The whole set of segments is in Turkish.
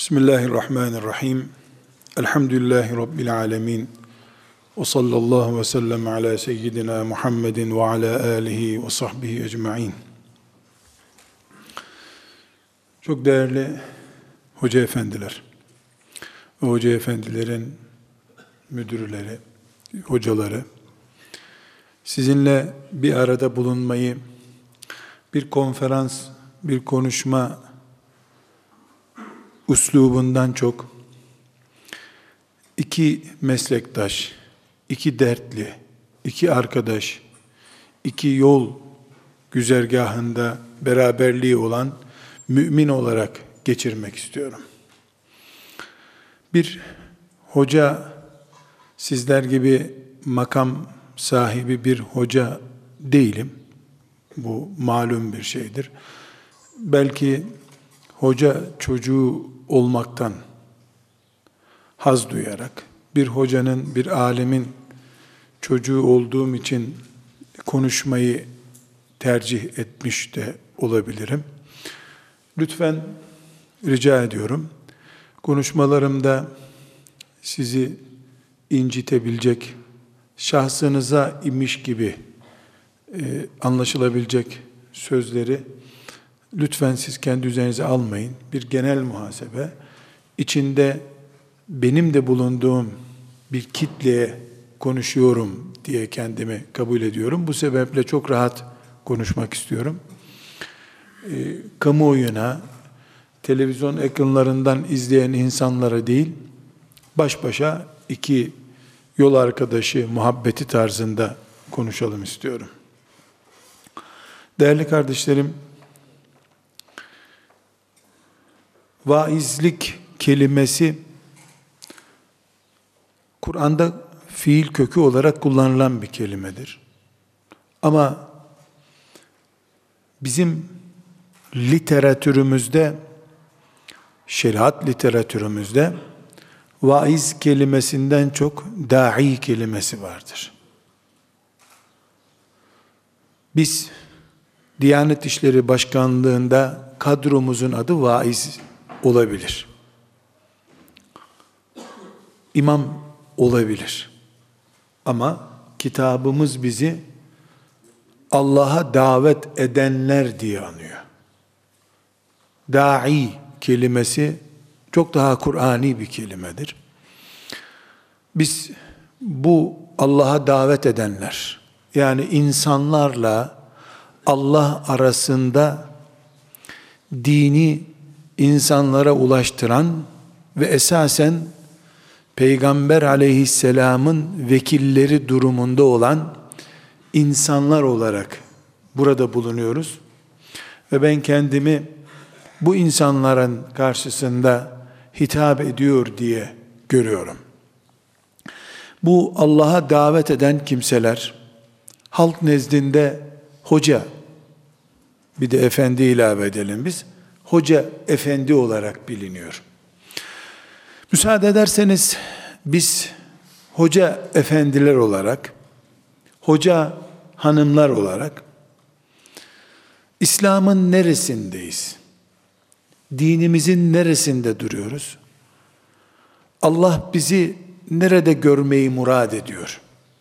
Bismillahirrahmanirrahim. Elhamdülillahi Rabbil alemin. Ve sallallahu ve sellem ala seyyidina Muhammedin ve ala alihi ve sahbihi ecma'in. Çok değerli hoca efendiler ve hoca efendilerin müdürleri, hocaları, sizinle bir arada bulunmayı, bir konferans, bir konuşma üslubundan çok, iki meslektaş, iki dertli, iki arkadaş, iki yol güzergahında beraberliği olan mümin olarak geçirmek istiyorum. Bir hoca, sizler gibi makam sahibi bir hoca değilim. Bu malum bir şeydir. Belki hoca çocuğu olmaktan haz duyarak, bir hocanın, bir alemin çocuğu olduğum için konuşmayı tercih etmiş de olabilirim. Lütfen rica ediyorum, konuşmalarımda sizi incitebilecek, şahsınıza imiş gibi anlaşılabilecek sözleri lütfen siz kendi üzerinize almayın. Bir genel muhasebe, içinde benim de bulunduğum bir kitleye konuşuyorum diye kendimi kabul ediyorum. Bu sebeple çok rahat konuşmak istiyorum. Kamuoyuna, televizyon ekranlarından izleyen insanlara değil, baş başa iki yol arkadaşı muhabbeti tarzında konuşalım istiyorum. Değerli kardeşlerim, vaizlik kelimesi Kur'an'da fiil kökü olarak kullanılan bir kelimedir. Ama bizim literatürümüzde, şeriat literatürümüzde vaiz kelimesinden çok da'i kelimesi vardır. Biz Diyanet İşleri Başkanlığı'nda kadromuzun adı vaiz olabilir. İmam olabilir. Ama kitabımız bizi Allah'a davet edenler diye anıyor. Da'i kelimesi çok daha Kur'ani bir kelimedir. Biz bu Allah'a davet edenler, yani insanlarla Allah arasında dini insanlara ulaştıran ve esasen Peygamber aleyhisselamın vekilleri durumunda olan insanlar olarak burada bulunuyoruz. Ve ben kendimi bu insanların karşısında hitap ediyor diye görüyorum. Bu Allah'a davet eden kimseler, halk nezdinde hoca, bir de efendi ilave edelim biz, hoca efendi olarak biliniyor. Müsaade ederseniz biz hoca efendiler olarak, hoca hanımlar olarak İslam'ın neresindeyiz? Dinimizin neresinde duruyoruz? Allah bizi nerede görmeyi murad ediyor?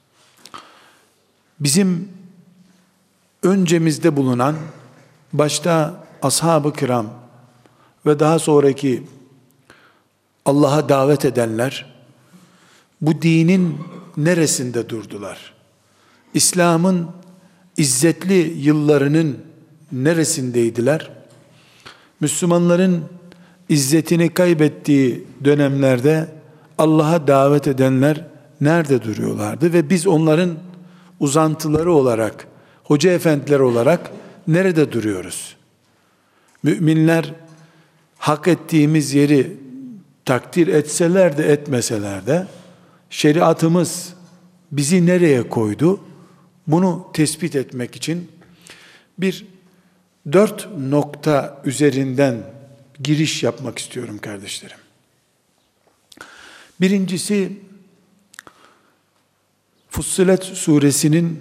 Bizim öncemizde bulunan, başta ashab-ı kiram ve daha sonraki Allah'a davet edenler, bu dinin neresinde durdular? İslam'ın izzetli yıllarının neresindeydiler? Müslümanların izzetini kaybettiği dönemlerde Allah'a davet edenler nerede duruyorlardı? Ve biz onların uzantıları olarak, hoca efendiler olarak nerede duruyoruz? Müminler hak ettiğimiz yeri takdir etseler de etmeseler de şeriatımız bizi nereye koydu? Bunu tespit etmek için bir 4 nokta üzerinden giriş yapmak istiyorum kardeşlerim. Birincisi, Fussilet suresinin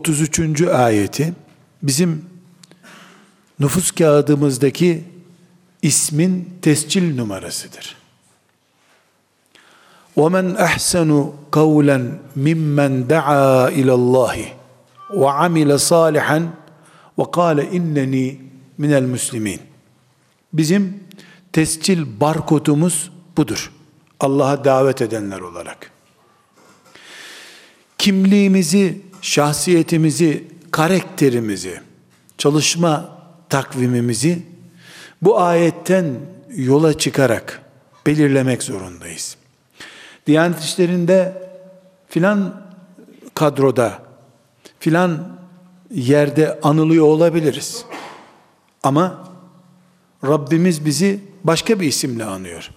33. ayeti bizim nüfus kağıdımızdaki ismin tescil numarasıdır. وَمَنْ أَحْسَنُ قَوْلًا مِمَّنْ دَعَا إِلَى اللّٰهِ وَعَمِلَ صَالِحًا وَقَالَ اِنَّنِي مِنَ الْمُسْلِمِينَ. Bizim tescil barkodumuz budur. Allah'a davet edenler olarak. Kimliğimizi, şahsiyetimizi, karakterimizi, çalışma takvimimizi bu ayetten yola çıkarak belirlemek zorundayız. Diyanet İşleri'nde filan kadroda, filan yerde anılıyor olabiliriz. Ama Rabbimiz bizi başka bir isimle anıyor.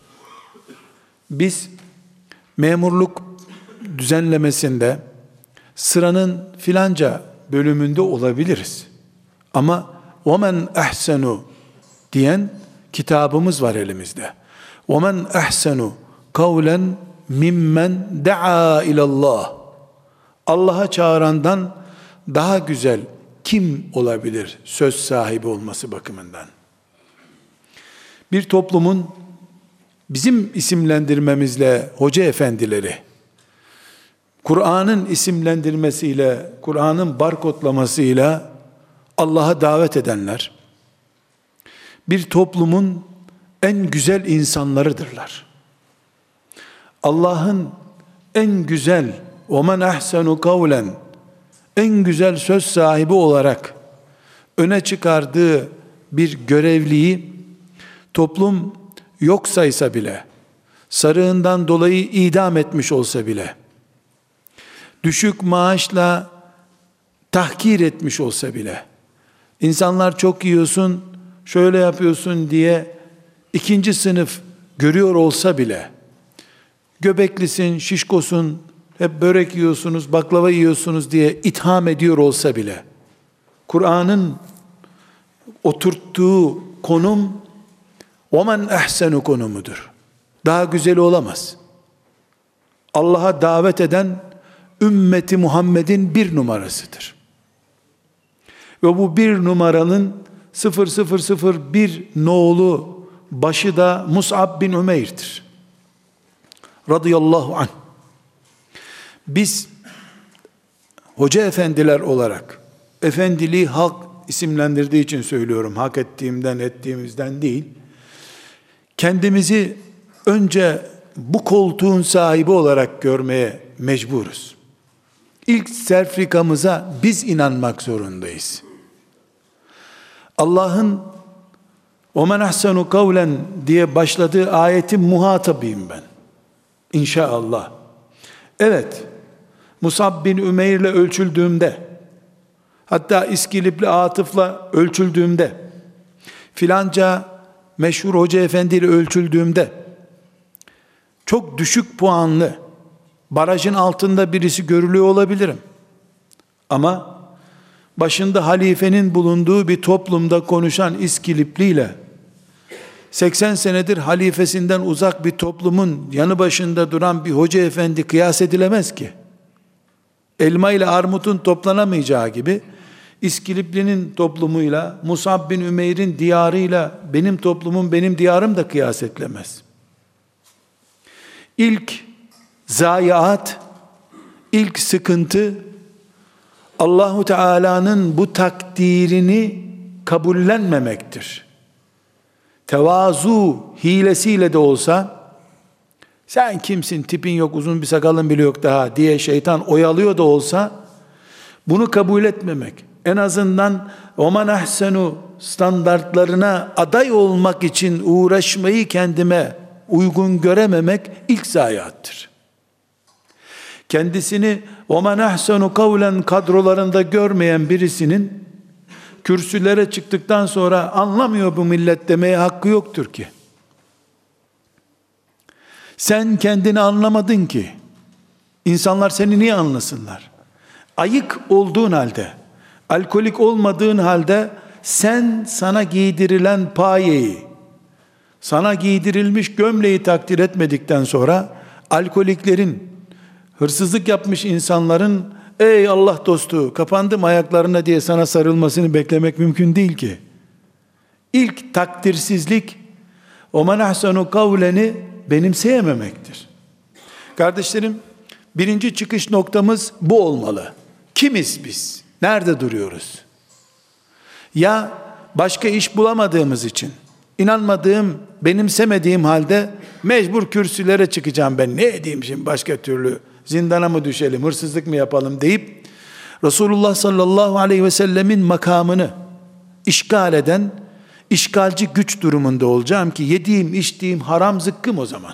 Biz memurluk düzenlemesinde sıranın filanca bölümünde olabiliriz. Ama وَمَنْ اَحْسَنُ diyen kitabımız var elimizde. وَمَنْ اَحْسَنُ قَوْلًا mimmen da'a ilallah. Allah'a çağırandan daha güzel kim olabilir söz sahibi olması bakımından? Bir toplumun bizim isimlendirmemizle hoca efendileri, Kur'an'ın isimlendirmesiyle, Kur'an'ın barkodlamasıyla Allah'a davet edenler, bir toplumun en güzel insanlarıdırlar. Allah'ın en güzel وَمَنْ أَحْسَنُ قَوْلًا en güzel söz sahibi olarak öne çıkardığı bir görevliyi toplum yok saysa bile, sarığından dolayı idam etmiş olsa bile, düşük maaşla tahkir etmiş olsa bile, insanlar çok yiyorsun, şöyle yapıyorsun diye ikinci sınıf görüyor olsa bile, göbeklisin, şişkosun, hep börek yiyorsunuz, baklava yiyorsunuz diye itham ediyor olsa bile, Kur'an'ın oturttuğu konum, وَمَنْ اَحْسَنُ konumudur. Daha güzeli olamaz. Allah'a davet eden, ümmeti Muhammed'in bir numarasıdır. Ve bu bir numaranın 0001 nolu başı da Mus'ab bin Ümeyr'dir. Radıyallahu anh. Biz hoca efendiler olarak, efendiliği halk isimlendirdiği için söylüyorum, hak ettiğimden ettiğimizden değil, kendimizi önce bu koltuğun sahibi olarak görmeye mecburuz. İlk sertifikamıza biz inanmak zorundayız. Allah'ın وَمَنْ أَحْسَنُ قَوْلًا diye başladığı ayetin muhatabıyım ben. İnşallah. Evet, Musab bin Ümeyr'le ölçüldüğümde, hatta İskilipli Atıf'la ölçüldüğümde, filanca meşhur hoca efendiyle ölçüldüğümde, çok düşük puanlı, barajın altında birisi görülüyor olabilirim. Ama başında halifenin bulunduğu bir toplumda konuşan İskilipli ile 80 senedir halifesinden uzak bir toplumun yanı başında duran bir hoca efendi kıyas edilemez ki. Elma ile armutun toplanamayacağı gibi İskilipli'nin toplumuyla, Musab bin Ümeyr'in diyarıyla benim toplumum, benim diyarım da kıyas edilemez. İlk zayiat, ilk sıkıntı, Allahu Teala'nın bu takdirini kabullenmemektir. Tevazu hilesiyle de olsa, sen kimsin, tipin yok, uzun bir sakalın bile yok daha diye şeytan oyalıyor da olsa, bunu kabul etmemek, en azından وَمَنْ أَحْسَنُ standartlarına aday olmak için uğraşmayı kendime uygun görememek ilk zayiattır. Kendisini وَمَنْ أَحْسَنُ قَوْلًا kadrolarında görmeyen birisinin kürsülere çıktıktan sonra anlamıyor bu millet demeye hakkı yoktur ki. Sen kendini anlamadın ki. İnsanlar seni niye anlasınlar? Ayık olduğun halde, alkolik olmadığın halde sen sana giydirilen payeyi, sana giydirilmiş gömleği takdir etmedikten sonra alkoliklerin, hırsızlık yapmış insanların ey Allah dostu kapandım ayaklarına diye sana sarılmasını beklemek mümkün değil ki. İlk takdirsizlik وَمَنْ أَحْسَنُ قَوْلَنِ benimseyememektir. Kardeşlerim, birinci çıkış noktamız bu olmalı. Kimiz biz? Nerede duruyoruz? Ya başka iş bulamadığımız için, inanmadığım, benimsemediğim halde mecbur kürsülere çıkacağım, ben ne edeyim şimdi başka türlü, zindana mı düşelim, hırsızlık mı yapalım deyip Resulullah sallallahu aleyhi ve sellemin makamını işgal eden işgalci güç durumunda olacağım ki yediğim içtiğim haram zıkkım o zaman.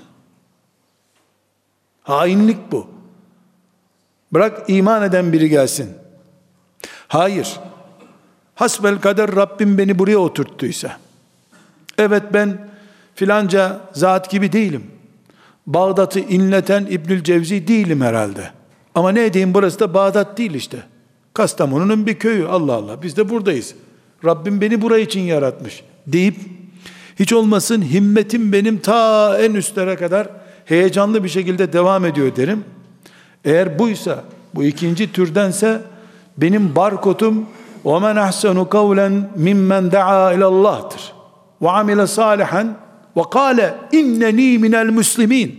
Hainlik bu. Bırak iman eden biri gelsin. Hayır. Hasbelkader Rabbim beni buraya oturttuysa. Evet, ben filanca zat gibi değilim. Bağdat'ı inleten İbnül Cevzi değilim herhalde. Ama ne edeyim, burası da Bağdat değil işte. Kastamonu'nun bir köyü, Allah Allah, biz de buradayız. Rabbim beni buraya için yaratmış deyip, hiç olmasın himmetim benim ta en üstlere kadar heyecanlı bir şekilde devam ediyor derim. Eğer buysa, bu ikinci türdense, benim barkodum وَمَنْ أَحْسَنُ قَوْلًا مِمَّنْ دَعَا إِلَى اللّٰه'tır. وَعَمِلَ صَالِحًا وَقَالَ اِنَّنِي مِنَ الْمُسْلِمِينَ.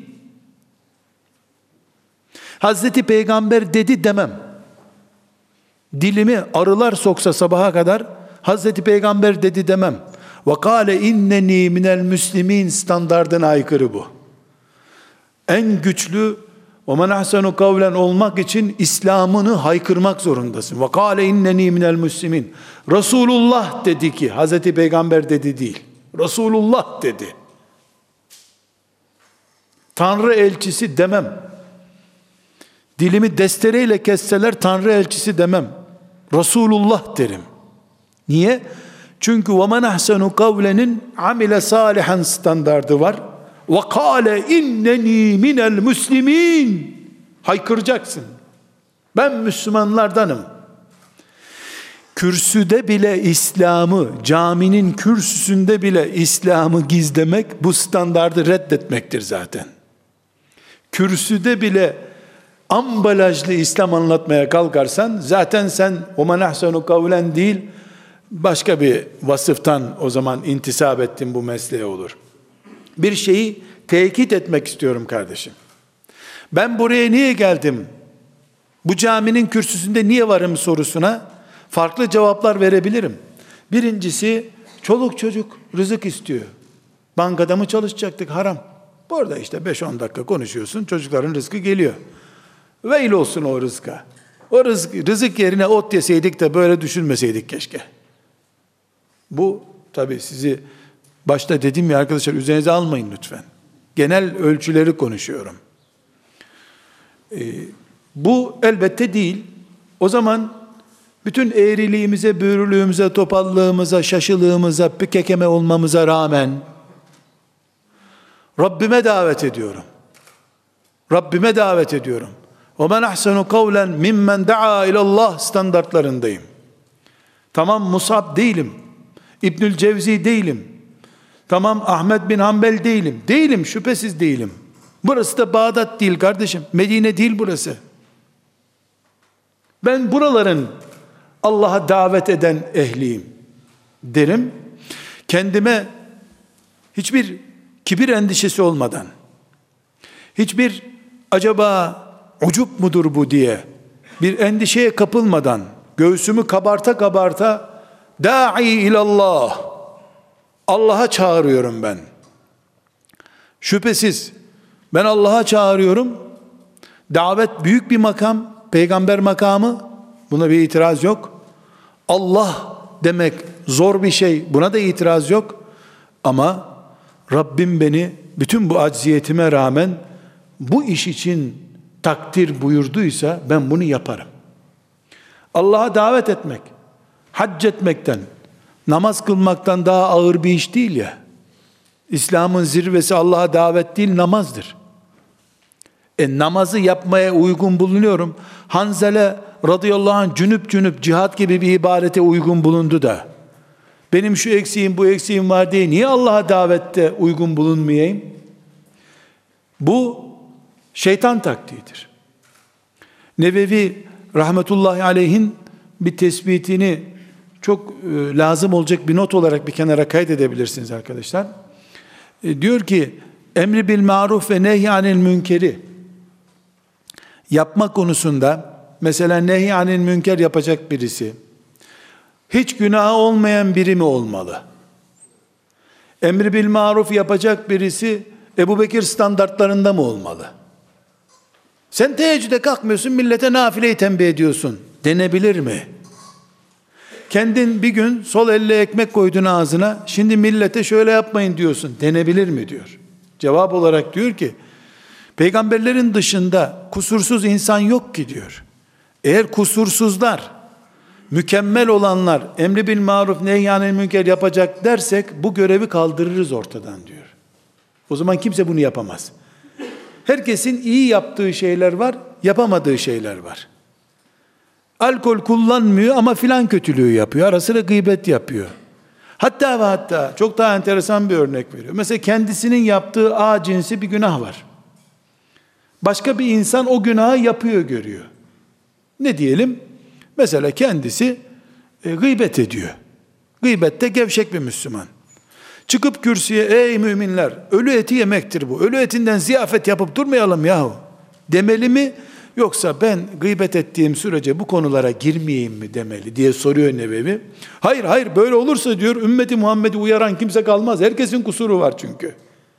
Hazreti Peygamber dedi demem. Dilimi arılar soksa sabaha kadar Hazreti Peygamber dedi demem. وَقَالَ اِنَّنِي مِنَ الْمُسْلِمِينَ standardına aykırı bu. En güçlü وَمَنْ أَحْسَنُ قَوْلًا olmak için İslam'ını haykırmak zorundasın. وَقَالَ اِنَّنِي مِنَ الْمُسْلِمِينَ. Resulullah dedi ki, Hazreti Peygamber dedi değil. Resulullah dedi. Tanrı elçisi demem. Dilimi destereyle kesseler Tanrı elçisi demem. Resulullah derim. Niye? Çünkü وَمَنْ أَحْسَنُ قَوْلَن'in amile salihan standardı var. وَقَالَ اِنَّنِي مِنَ الْمُسْلِمِينَ. Haykıracaksın. Ben Müslümanlardanım. Kürsüde bile İslam'ı, caminin kürsüsünde bile İslam'ı gizlemek, bu standardı reddetmektir zaten. Kürsüde bile ambalajlı İslam anlatmaya kalkarsan, zaten sen وَمَنْ أَحْسَنُ قَوْلًا değil, başka bir vasıftan o zaman intisap ettin bu mesleğe olur. Bir şeyi tekit etmek istiyorum kardeşim. Ben buraya niye geldim? Bu caminin kürsüsünde niye varım sorusuna farklı cevaplar verebilirim. Birincisi, çoluk çocuk rızık istiyor. Bankada mı çalışacaktık? Haram. Burada işte 5-10 dakika konuşuyorsun, çocukların rızkı geliyor. Veil olsun o rızka. O rızık yerine ot yeseydik de böyle düşünmeseydik keşke. Bu tabii sizi başta dedim ya arkadaşlar, üzerinize almayın lütfen. Genel ölçüleri konuşuyorum. Bu elbette değil. O zaman bütün eğriliğimize, büğrülüğümüze, topallığımıza, şaşılığımıza, pükekeme olmamıza rağmen Rabbime davet ediyorum. Rabbime davet ediyorum. وَمَنْ أَحْسَنُ قَوْلًا مِمَّنْ دَعَا اِلَى اللّٰهِ standartlarındayım. Tamam Musab değilim. İbnül Cevzi değilim. Tamam Ahmed bin Hanbel değilim. Değilim, şüphesiz değilim. Burası da Bağdat değil kardeşim. Medine değil burası. Ben buraların Allah'a davet eden ehliyim derim. Kendime hiçbir kibir endişesi olmadan, hiçbir acaba ucup mudur bu diye bir endişeye kapılmadan, göğsümü kabarta kabarta da'i ilallah, Allah'a çağırıyorum ben. Şüphesiz ben Allah'a çağırıyorum. Davet büyük bir makam, peygamber makamı, buna bir itiraz yok. Allah demek zor bir şey, buna da itiraz yok. Ama Rabbim beni bütün bu acziyetime rağmen bu iş için takdir buyurduysa ben bunu yaparım. Allah'a davet etmek, hac etmekten, namaz kılmaktan daha ağır bir iş değil ya. İslam'ın zirvesi Allah'a davet değil, namazdır. Namazı yapmaya uygun bulunuyorum. Hanzele radıyallahu anh cünüp cihat gibi bir ibadete uygun bulundu da benim şu eksiğim bu eksiğim var diye niye Allah'a davette uygun bulunmayayım? Bu şeytan taktiğidir. Nevevi rahmetullahi aleyhin bir tespitini çok lazım olacak bir not olarak bir kenara kaydedebilirsiniz arkadaşlar. Diyor ki emri bil maruf ve nehyanil münkeri yapma konusunda, mesela nehyanil münker yapacak birisi hiç günahı olmayan biri mi olmalı? Emri bil maruf yapacak birisi Ebu Bekir standartlarında mı olmalı? Sen teheccüde kalkmıyorsun, millete nafileyi tembih ediyorsun denebilir mi? Kendin bir gün sol elle ekmek koydun ağzına, şimdi millete şöyle yapmayın diyorsun denebilir mi diyor. Cevap olarak diyor ki, peygamberlerin dışında kusursuz insan yok ki diyor. Eğer kusursuzlar, mükemmel olanlar emri bil maruf nehyanil münker yapacak dersek bu görevi kaldırırız ortadan diyor. O zaman kimse bunu yapamaz. Herkesin iyi yaptığı şeyler var, yapamadığı şeyler var. Alkol kullanmıyor ama filan kötülüğü yapıyor. Ara sıra gıybet yapıyor. Hatta ve hatta çok daha enteresan bir örnek veriyor. Mesela kendisinin yaptığı A cinsi bir günah var. Başka bir insan o günahı yapıyor görüyor. Ne diyelim? Mesela kendisi gıybet ediyor. Gıybette gevşek bir Müslüman. Çıkıp kürsüye ey müminler ölü eti yemektir bu. Ölü etinden ziyafet yapıp durmayalım yahu demeli mi? Yoksa ben gıybet ettiğim sürece bu konulara girmeyeyim mi demeli diye soruyor Nevevi. Hayır hayır böyle olursa diyor ümmeti Muhammed'i uyaran kimse kalmaz. Herkesin kusuru var çünkü.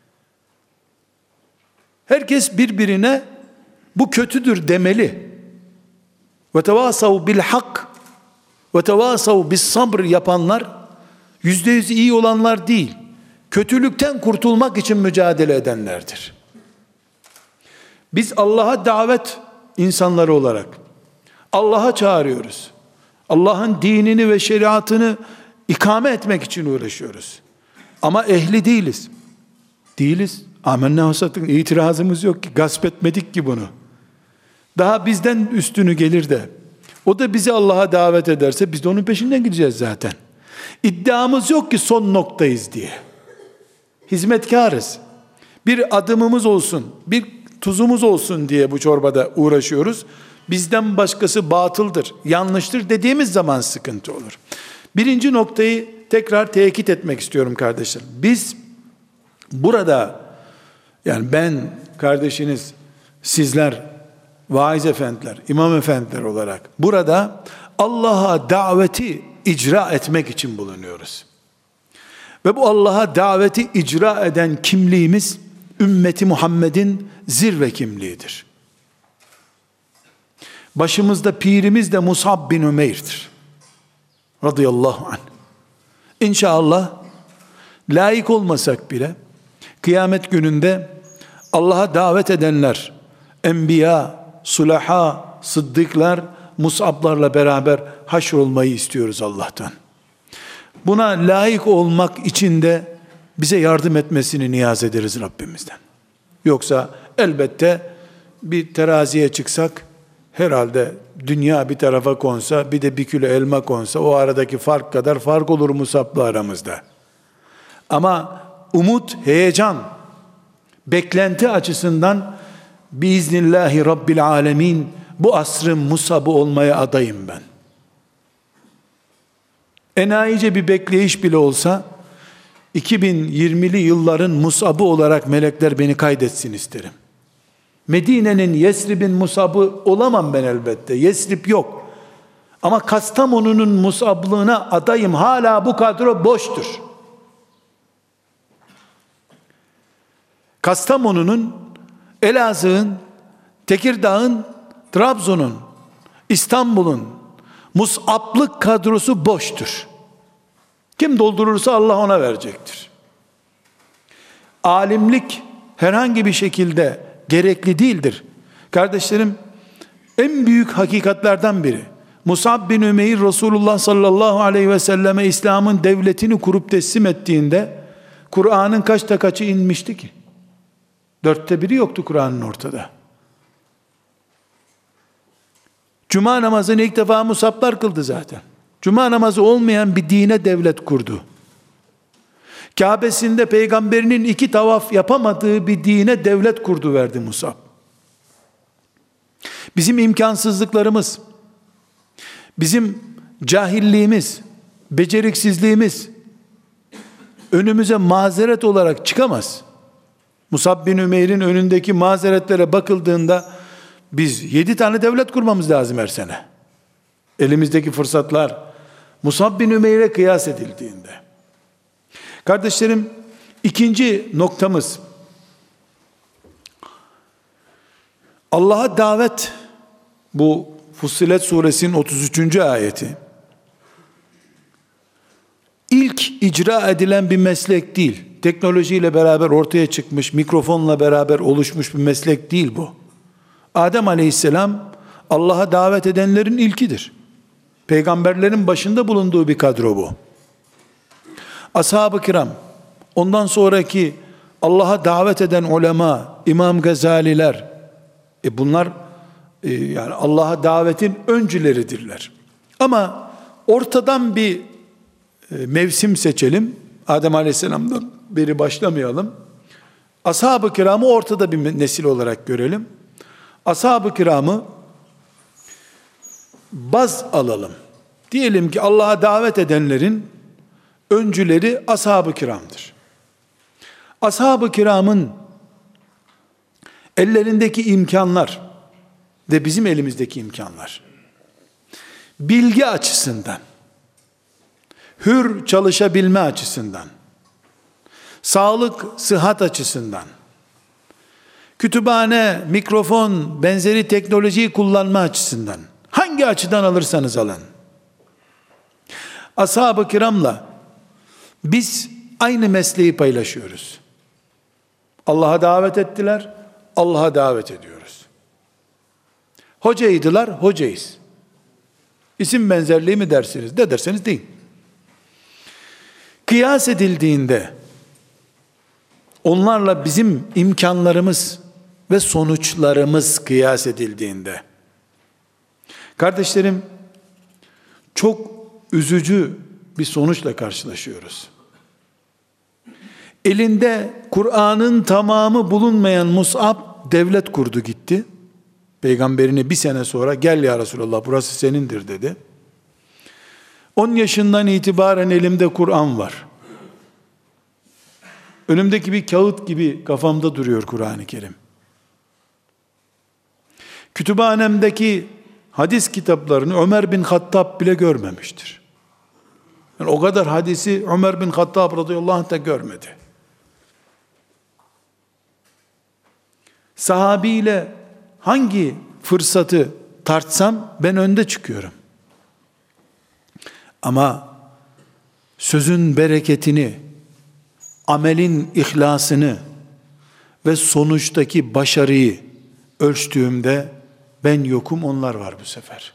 Herkes birbirine bu kötüdür demeli. Ve tevasav bil hak ve tevasav bis sabr yapanlar %100 iyi olanlar değil. Kötülükten kurtulmak için mücadele edenlerdir. Biz Allah'a davet insanları olarak Allah'a çağırıyoruz. Allah'ın dinini ve şeriatını ikame etmek için uğraşıyoruz. Ama ehli değiliz. Değiliz. Amenna satın itirazımız yok ki, gasp etmedik ki bunu. Daha bizden üstünü gelir de o da bizi Allah'a davet ederse biz de onun peşinden gideceğiz zaten. İddiamız yok ki son noktayız diye. Hizmetkarız. Bir adımımız olsun, bir tuzumuz olsun diye bu çorbada uğraşıyoruz. Bizden başkası batıldır, yanlıştır dediğimiz zaman sıkıntı olur. Birinci noktayı tekrar tekit etmek istiyorum kardeşler. Biz burada, yani ben, kardeşiniz, sizler, vaiz efendiler, imam efendiler olarak burada Allah'a daveti icra etmek için bulunuyoruz. Ve bu Allah'a daveti icra eden kimliğimiz ümmeti Muhammed'in zirve kimliğidir. Başımızda pirimiz de Mus'ab bin Ümeyr'dir. Radıyallahu anh. İnşallah layık olmasak bile kıyamet gününde Allah'a davet edenler, enbiya, sulaha, sıddıklar, Mus'ablarla beraber haşrolmayı istiyoruz Allah'tan. Buna layık olmak için de bize yardım etmesini niyaz ederiz Rabbimizden. Yoksa elbette bir teraziye çıksak, herhalde dünya bir tarafa konsa, bir de bir kilo elma konsa, o aradaki fark kadar fark olur Mus'ab'la aramızda. Ama umut, heyecan, beklenti açısından biiznillahü Rabbil alemin bu asrın Mus'ab'ı olmaya adayım ben. Enayice bir bekleyiş bile olsa 2020'li yılların Mus'ab'ı olarak melekler beni kaydetsin isterim. Medine'nin, Yesrib'in Mus'ab'ı olamam ben elbette. Yesrib yok. Ama Kastamonu'nun Mus'ablığına adayım. Hala bu kadro boştur. Kastamonu'nun, Elazığ'ın, Tekirdağ'ın, Trabzon'un, İstanbul'un Mus'ablık kadrosu boştur. Kim doldurursa Allah ona verecektir. Alimlik herhangi bir şekilde gerekli değildir. Kardeşlerim, en büyük hakikatlerden biri, Mus'ab bin Ümeyr Resulullah sallallahu aleyhi ve selleme İslam'ın devletini kurup teslim ettiğinde Kur'an'ın kaçta kaçı inmişti ki? 1/4 yoktu Kur'an'ın ortada. Cuma namazını ilk defa Mus'ablar kıldı zaten. Cuma namazı olmayan bir dine devlet kurdu. Kabe'sinde peygamberinin 2 tavaf yapamadığı bir dine devlet kurdu verdi Mus'ab. Bizim imkansızlıklarımız, bizim cahilliğimiz, beceriksizliğimiz önümüze mazeret olarak çıkamaz. Musab bin Ümeyr'in önündeki mazeretlere bakıldığında biz 7 tane devlet kurmamız lazım her sene. Elimizdeki fırsatlar Musab bin Ümeyr'e kıyas edildiğinde. Kardeşlerim, ikinci noktamız Allah'a davet. Bu Fussilet suresinin 33. ayeti. İlk icra edilen bir meslek değil. Teknolojiyle beraber ortaya çıkmış, mikrofonla beraber oluşmuş bir meslek değil bu. Adem aleyhisselam Allah'a davet edenlerin ilkidir. Peygamberlerin başında bulunduğu bir kadro bu. Ashab-ı kiram, ondan sonraki Allah'a davet eden ulema, İmam Gazaliler, bunlar yani Allah'a davetin öncüleridirler. Ama ortadan bir mevsim seçelim. Adem Aleyhisselam'dan beri başlamayalım. Ashab-ı kiramı ortada bir nesil olarak görelim. Ashab-ı kiramı baz alalım. Diyelim ki Allah'a davet edenlerin öncüleri ashab-ı kiramdır. Ashab-ı kiramın ellerindeki imkanlar ve bizim elimizdeki imkanlar, bilgi açısından, hür çalışabilme açısından, sağlık, sıhhat açısından, kütüphane, mikrofon, benzeri teknolojiyi kullanma açısından, hangi açıdan alırsanız alın, ashab-ı kiramla biz aynı mesleği paylaşıyoruz. Allah'a davet ettiler, Allah'a davet ediyoruz. Hocaydılar, hocayız. İsim benzerliği mi dersiniz? Ne derseniz deyin. Kıyas edildiğinde onlarla bizim imkanlarımız ve sonuçlarımız kıyas edildiğinde, kardeşlerim, çok üzücü bir sonuçla karşılaşıyoruz. Elinde Kur'an'ın tamamı bulunmayan Mus'ab devlet kurdu gitti. Peygamberine bir sene sonra gel ya Resulallah burası senindir dedi. 10 yaşından itibaren elimde Kur'an var. Önümdeki bir kağıt gibi kafamda duruyor Kur'an-ı Kerim. Kütüphanemdeki hadis kitaplarını Ömer bin Hattab bile görmemiştir. Yani o kadar hadisi Ömer bin Hattab radıyallahu anh da görmedi. Sahabiyle hangi fırsatı tartsam ben önde çıkıyorum. Ama sözün bereketini, amelin ihlasını ve sonuçtaki başarıyı ölçtüğümde ben yokum, onlar var bu sefer.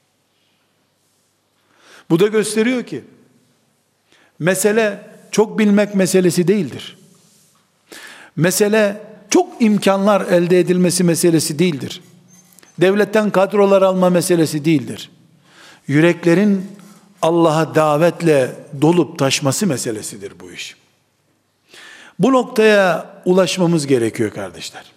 Bu da gösteriyor ki mesele çok bilmek meselesi değildir. Mesele çok imkanlar elde edilmesi meselesi değildir. Devletten kadrolar alma meselesi değildir. Yüreklerin Allah'a davetle dolup taşması meselesidir bu iş. Bu noktaya ulaşmamız gerekiyor kardeşler.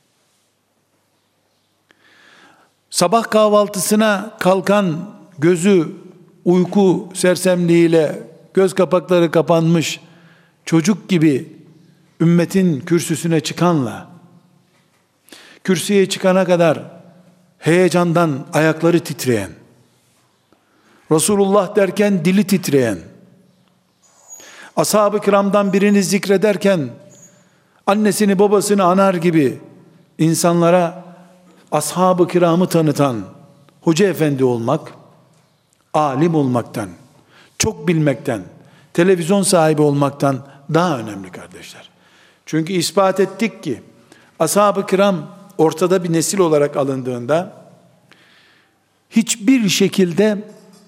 Sabah kahvaltısına kalkan, gözü uyku sersemliğiyle göz kapakları kapanmış çocuk gibi ümmetin kürsüsüne çıkanla kürsüye çıkana kadar heyecandan ayakları titreyen, Resulullah derken dili titreyen, ashab-ı kiramdan birini zikrederken annesini babasını anar gibi insanlara ashab-ı kiramı tanıtan hoca efendi olmak, alim olmaktan, çok bilmekten, televizyon sahibi olmaktan daha önemli kardeşler. Çünkü ispat ettik ki ashab-ı kiram ortada bir nesil olarak alındığında hiçbir şekilde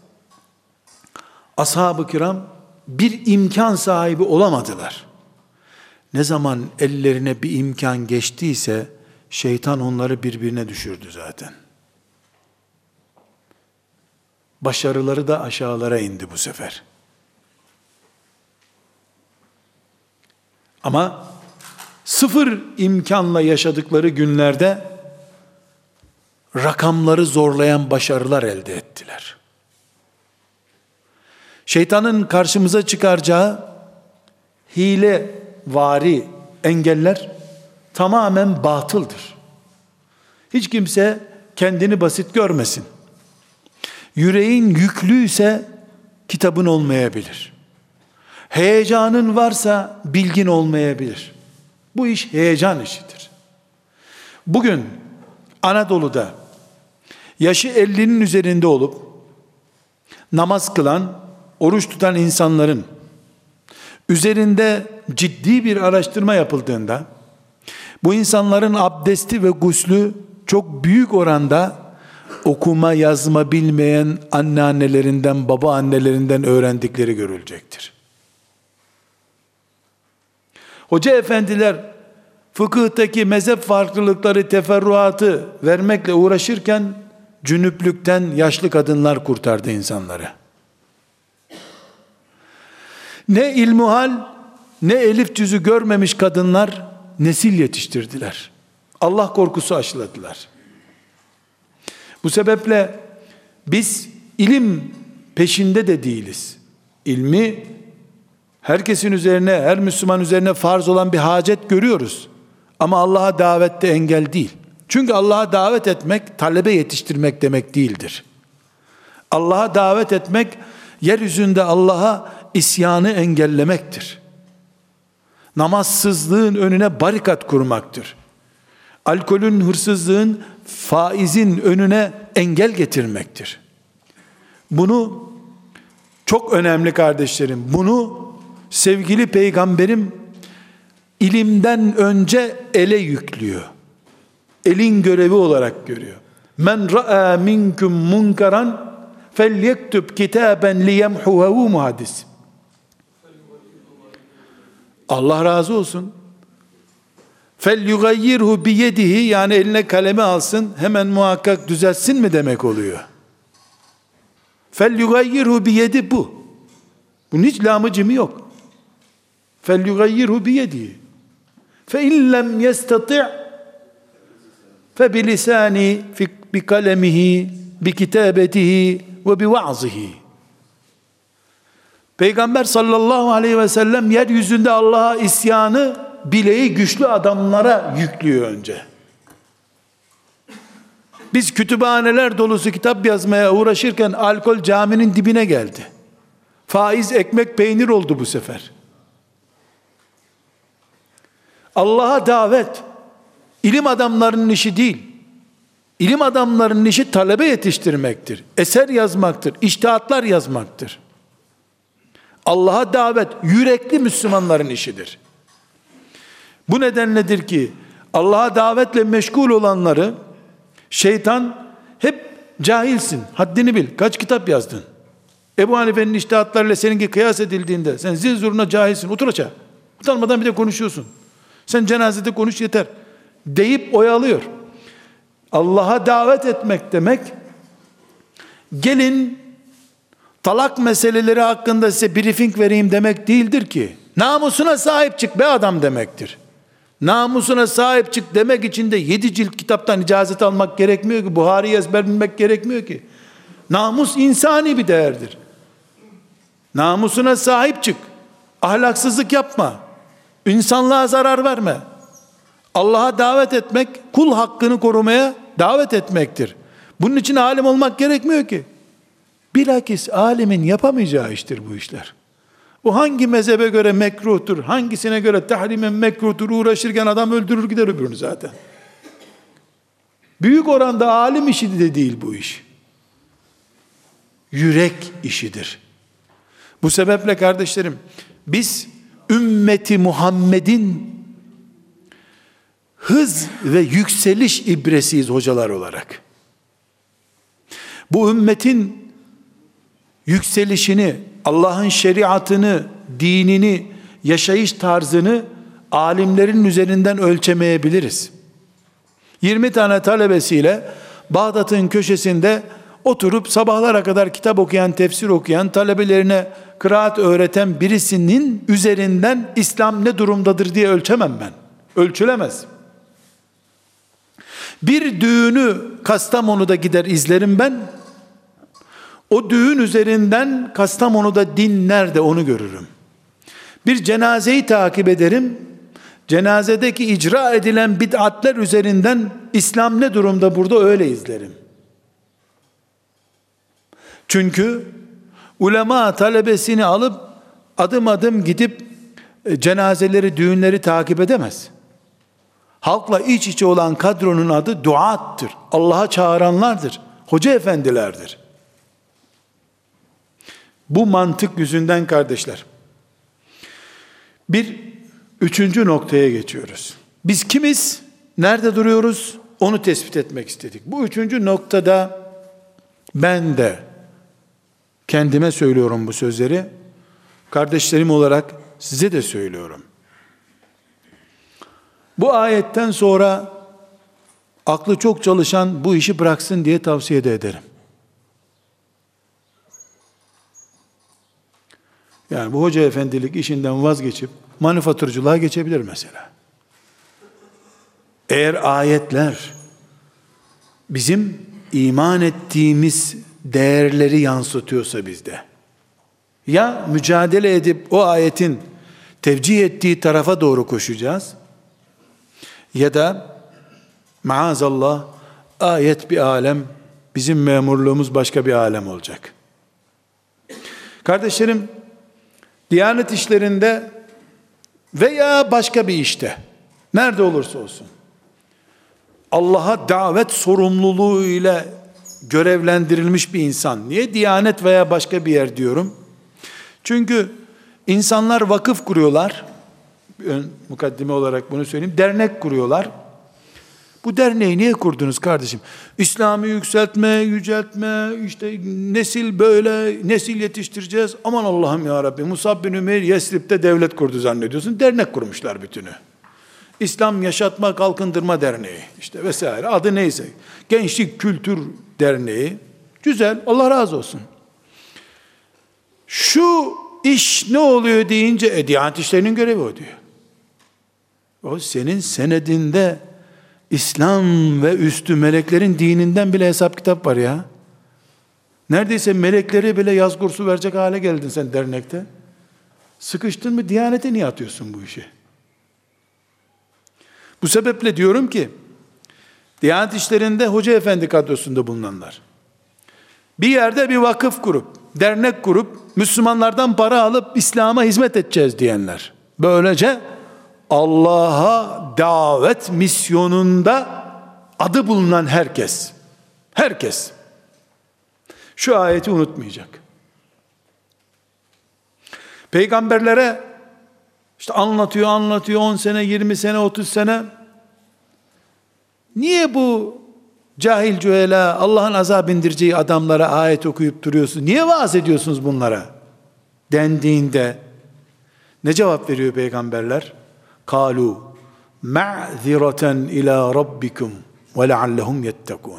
ashab-ı kiram bir imkan sahibi olamadılar. Ne zaman ellerine bir imkan geçtiyse şeytan onları birbirine düşürdü zaten. Başarıları da aşağılara indi bu sefer. Ama sıfır imkanla yaşadıkları günlerde rakamları zorlayan başarılar elde ettiler. Şeytanın karşımıza çıkaracağı hilevari engeller tamamen batıldır. Hiç kimse kendini basit görmesin. Yüreğin yüklüyse kitabın olmayabilir. Heyecanın varsa bilgin olmayabilir. Bu iş heyecan işidir. Bugün Anadolu'da yaşı 50'nin üzerinde olup namaz kılan, oruç tutan insanların üzerinde ciddi bir araştırma yapıldığında bu insanların abdesti ve guslü çok büyük oranda okuma yazma bilmeyen anneannelerinden, babaannelerinden öğrendikleri görülecektir. Hoca efendiler fıkıhtaki mezhep farklılıkları, teferruatı vermekle uğraşırken cünüplükten yaşlı kadınlar kurtardı insanları. Ne ilmuhal ne elif cüzü görmemiş kadınlar nesil yetiştirdiler. Allah korkusu aşıladılar. Bu sebeple biz ilim peşinde de değiliz. İlmi herkesin üzerine, her Müslüman üzerine farz olan bir hacet görüyoruz. Ama Allah'a davette engel değil. Çünkü Allah'a davet etmek, talebe yetiştirmek demek değildir. Allah'a davet etmek, yeryüzünde Allah'a isyanı engellemektir. Namazsızlığın önüne barikat kurmaktır. Alkolün, hırsızlığın, faizin önüne engel getirmektir. Bunu çok önemli kardeşlerim, bunu sevgili peygamberim ilimden önce ele yüklüyor. Elin görevi olarak görüyor. Men ra'a minkum munkaran felyektub kitaben liyemhuhu muhadis. Allah razı olsun. Felyugayyirhu biyedihi, yani eline kalemi alsın, hemen muhakkak düzeltsin mi demek oluyor. Felyugayyirhu biyedi bu. Bunun hiç lamı cimi yok. Felyugayyirhu biyedihi. Fe in lem yestati' fe bilisani bi kalemihi bi kitabetihi ve bi va'zihi. Peygamber sallallahu aleyhi ve sellem yeryüzünde Allah'a isyanı bileği güçlü adamlara yüklüyor önce. Biz kütüphaneler dolusu kitap yazmaya uğraşırken alkol caminin dibine geldi. Faiz ekmek peynir oldu bu sefer. Allah'a davet ilim adamlarının işi değil. İlim adamlarının işi talebe yetiştirmektir. Eser yazmaktır. İçtihatlar yazmaktır. Allah'a davet yürekli Müslümanların işidir. Bu nedenledir ki Allah'a davetle meşgul olanları şeytan hep cahilsin, haddini bil, kaç kitap yazdın? Ebu Hanife'nin içtihatlarıyla seninki kıyas edildiğinde sen zil zurna cahilsin, otur aşağı. Utanmadan bir de konuşuyorsun. Sen cenazede konuş yeter deyip oyalıyor. Allah'a davet etmek demek, gelin talak meseleleri hakkında size briefing vereyim demek değildir ki. Namusuna sahip çık be adam demektir. Namusuna sahip çık demek için de 7 cilt kitaptan icazet almak gerekmiyor ki. Buhari'yi ezber bilmek gerekmiyor ki. Namus insani bir değerdir. Namusuna sahip çık. Ahlaksızlık yapma. İnsanlığa zarar verme. Allah'a davet etmek, kul hakkını korumaya davet etmektir. Bunun için alim olmak gerekmiyor ki. Bilakis alimin yapamayacağı iştir bu işler. O hangi mezhebe göre mekruhtur, hangisine göre tahrimen mekruhtur uğraşırken adam öldürür gider öbürünü zaten. Büyük oranda alim işi de değil bu iş. Yürek işidir. Bu sebeple kardeşlerim, biz ümmeti Muhammed'in hız ve yükseliş ibresiyiz hocalar olarak. Bu ümmetin yükselişini, Allah'ın şeriatını, dinini, yaşayış tarzını alimlerin üzerinden ölçemeyebiliriz. 20 tane talebesiyle Bağdat'ın köşesinde oturup sabahlara kadar kitap okuyan, tefsir okuyan, talebelerine kıraat öğreten birisinin üzerinden İslam ne durumdadır diye ölçemem ben. Ölçülemez. Bir düğünü Kastamonu'da gider izlerim ben. O düğün üzerinden Kastamonu'da din nerede onu görürüm. Bir cenazeyi takip ederim. Cenazedeki icra edilen bid'atler üzerinden İslam ne durumda burada öyle izlerim. Çünkü ulema talebesini alıp adım adım gidip cenazeleri, düğünleri takip edemez. Halkla iç içe olan kadronun adı duattır. Allah'a çağıranlardır. Hoca efendilerdir. Bu mantık yüzünden kardeşler, üçüncü noktaya geçiyoruz. Biz kimiz? Nerede duruyoruz? Onu tespit etmek istedik. Bu üçüncü noktada ben de kendime söylüyorum bu sözleri. Kardeşlerim olarak size de söylüyorum. Bu ayetten sonra aklı çok çalışan bu işi bıraksın diye tavsiye de ederim. Yani bu hoca efendilik işinden vazgeçip manifaturculuğa geçebilir mesela. Eğer ayetler bizim iman ettiğimiz değerleri yansıtıyorsa bizde, ya mücadele edip o ayetin tevcih ettiği tarafa doğru koşacağız, ya da maazallah ayet bir alem, bizim memurluğumuz başka bir alem olacak. Kardeşlerim, Diyanet işlerinde veya başka bir işte, nerede olursa olsun, Allah'a davet sorumluluğu ile görevlendirilmiş bir insan. Niye Diyanet veya başka bir yer diyorum? Çünkü insanlar vakıf kuruyorlar. Mukaddime olarak bunu söyleyeyim. Dernek kuruyorlar. Bu derneği niye kurdunuz kardeşim? İslam'ı yükseltme, yüceltme, işte nesil böyle, nesil yetiştireceğiz. Aman Allah'ım ya Rabbi, Musab bin Ümeyr Yesrib'de devlet kurdu zannediyorsun. Dernek kurmuşlar bütünü. İslam Yaşatma Kalkındırma Derneği, işte vesaire, adı neyse. Gençlik Kültür Derneği. Güzel, Allah razı olsun. Şu iş ne oluyor deyince, Diyanet İşleri'nin görevi o diyor. O senin senedinde İslam ve üstü meleklerin dininden bile hesap kitap var ya. Neredeyse melekleri bile yaz kursu verecek hale geldin sen dernekte. Sıkıştın mı Diyanete niye atıyorsun bu işi? Bu sebeple diyorum ki, Diyanet işlerinde hoca efendi kadrosunda bulunanlar, bir yerde bir vakıf kurup, dernek kurup, Müslümanlardan para alıp İslam'a hizmet edeceğiz diyenler, böylece Allah'a davet misyonunda adı bulunan herkes şu ayeti unutmayacak. Peygamberlere işte anlatıyor 10 sene, 20 sene, 30 sene. Niye bu cahil cühela, Allah'ın azap indireceği adamlara ayet okuyup duruyorsunuz? Niye vaaz ediyorsunuz bunlara? Dendiğinde ne cevap veriyor peygamberler? قَالُوا مَعْذِرَةً اِلَى رَبِّكُمْ وَلَعَلَّهُمْ يَتَّقُونَ.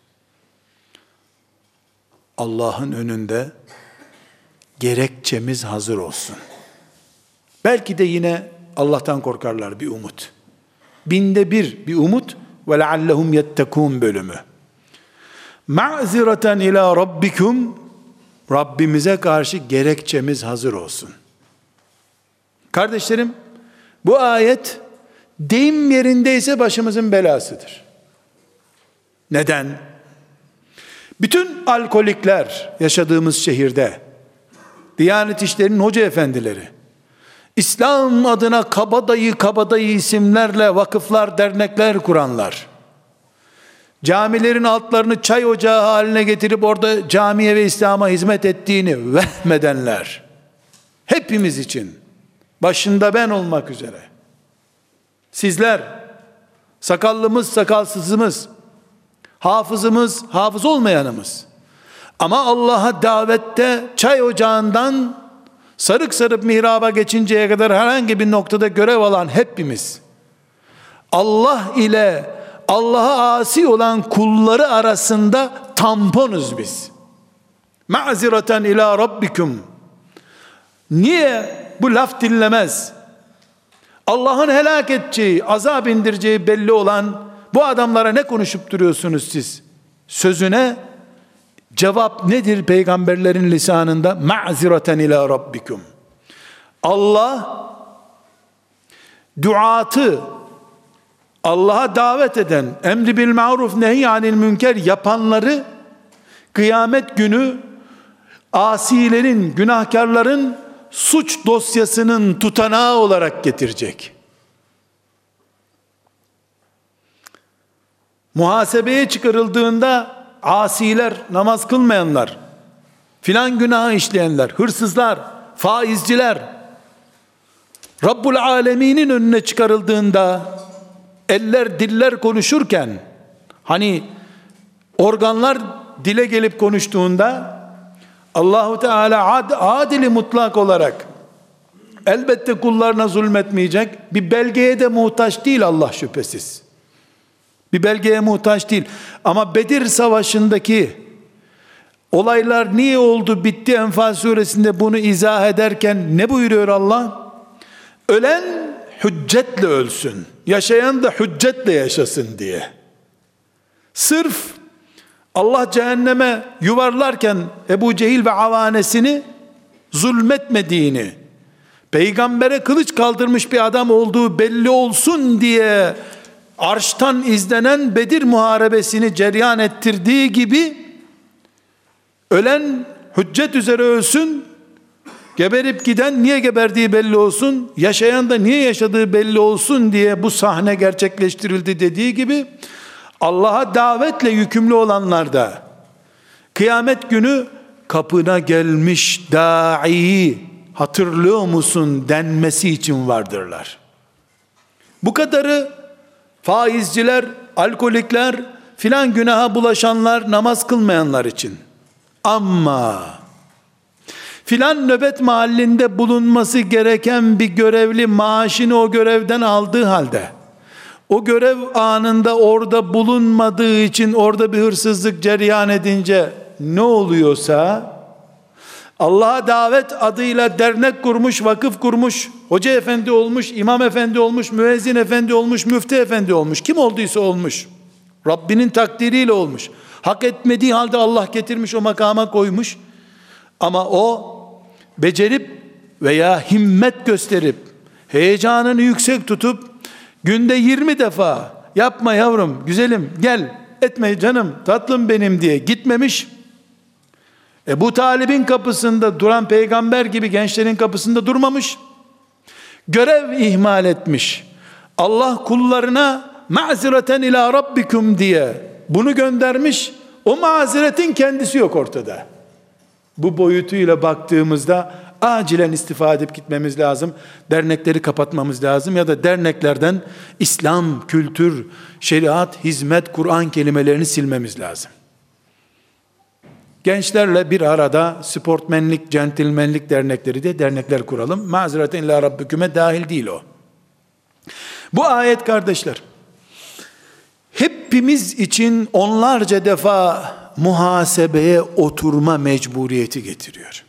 Allah'ın önünde gerekçemiz hazır olsun. Belki de yine Allah'tan korkarlar, bir umut. Binde bir umut. وَلَعَلَّهُمْ يَتَّقُونَ bölümü. مَعْذِرَةً اِلَى رَبِّكُمْ, Rabbimize karşı gerekçemiz hazır olsun. Kardeşlerim, bu ayet deyim yerindeyse başımızın belasıdır. Neden? Bütün alkolikler yaşadığımız şehirde, Diyanet İşleri'nin hoca efendileri, İslam adına kabadayı isimlerle vakıflar, dernekler kuranlar, camilerin altlarını çay ocağı haline getirip orada camiye ve İslam'a hizmet ettiğini vehmedenler, hepimiz için, başında ben olmak üzere, sizler, sakallımız, sakalsızımız, hafızımız, hafız olmayanımız, ama Allah'a davette çay ocağından sarık sarıp mihraba geçinceye kadar herhangi bir noktada görev alan hepimiz, Allah ile Allah'a asi olan kulları arasında tamponuz biz. Ma'zireten ila rabbikum. Niye bu laf dinlemez? Allah'ın helak edeceği, azap indireceği belli olan bu adamlara ne konuşup duruyorsunuz siz? Sözüne cevap nedir peygamberlerin lisanında? Ma'zireten ila rabbikum. Allah duatı, Allah'a davet eden, emri bil maruf nehy anil münker yapanları kıyamet günü asilerin, günahkarların suç dosyasının tutanağı olarak getirecek. Muhasebeye çıkarıldığında asiler, namaz kılmayanlar, filan günahı işleyenler, hırsızlar, faizciler, Rabbul Alemin'in önüne çıkarıldığında eller diller konuşurken, hani organlar dile gelip konuştuğunda Allahu Teala adili mutlak olarak elbette kullarına zulmetmeyecek. Bir belgeye de muhtaç değil Allah şüphesiz. Bir belgeye muhtaç değil. Ama Bedir Savaşı'ndaki olaylar niye oldu bitti Enfal suresinde bunu izah ederken ne buyuruyor Allah? Ölen hüccetle ölsün, yaşayan da hüccetle yaşasın diye. Sırf Allah cehenneme yuvarlarken Ebu Cehil ve avanesini zulmetmediğini, peygambere kılıç kaldırmış bir adam olduğu belli olsun diye arştan izlenen Bedir muharebesini cereyan ettirdiği gibi ölen hüccet üzere ölsün, geberip giden niye geberdiği belli olsun, yaşayan da niye yaşadığı belli olsun diye bu sahne gerçekleştirildi dediği gibi Allah'a davetle yükümlü olanlar da kıyamet günü kapına gelmiş da'i hatırlıyor musun denmesi için vardırlar. Bu kadarı faizciler, alkolikler, filan günaha bulaşanlar, namaz kılmayanlar için. Ama filan nöbet mahallinde bulunması gereken bir görevli maaşını o görevden aldığı halde, o görev anında orada bulunmadığı için orada bir hırsızlık cereyan edince ne oluyorsa, Allah'a davet adıyla dernek kurmuş, vakıf kurmuş, hoca efendi olmuş, imam efendi olmuş, müezzin efendi olmuş, müftü efendi olmuş, kim olduysa olmuş, Rabbinin takdiriyle olmuş, hak etmediği halde Allah getirmiş o makama koymuş, ama o becerip veya himmet gösterip heyecanını yüksek tutup günde 20 defa yapma yavrum, güzelim, gel, etme canım, tatlım benim diye gitmemiş. Ebu Talib'in kapısında duran peygamber gibi gençlerin kapısında durmamış. Görev ihmal etmiş. Allah kullarına ma'zireten ila rabbikum diye bunu göndermiş. O maziretin kendisi yok ortada. Bu boyutuyla baktığımızda acilen istifade edip gitmemiz lazım. Dernekleri kapatmamız lazım ya da derneklerden İslam, kültür, şeriat, hizmet, Kur'an kelimelerini silmemiz lazım. Gençlerle bir arada sportmenlik, centilmenlik dernekleri de dernekler kuralım. Mazereten ila rabbiküme dahil değil o. Bu ayet kardeşler, hepimiz için onlarca defa muhasebeye oturma mecburiyeti getiriyor.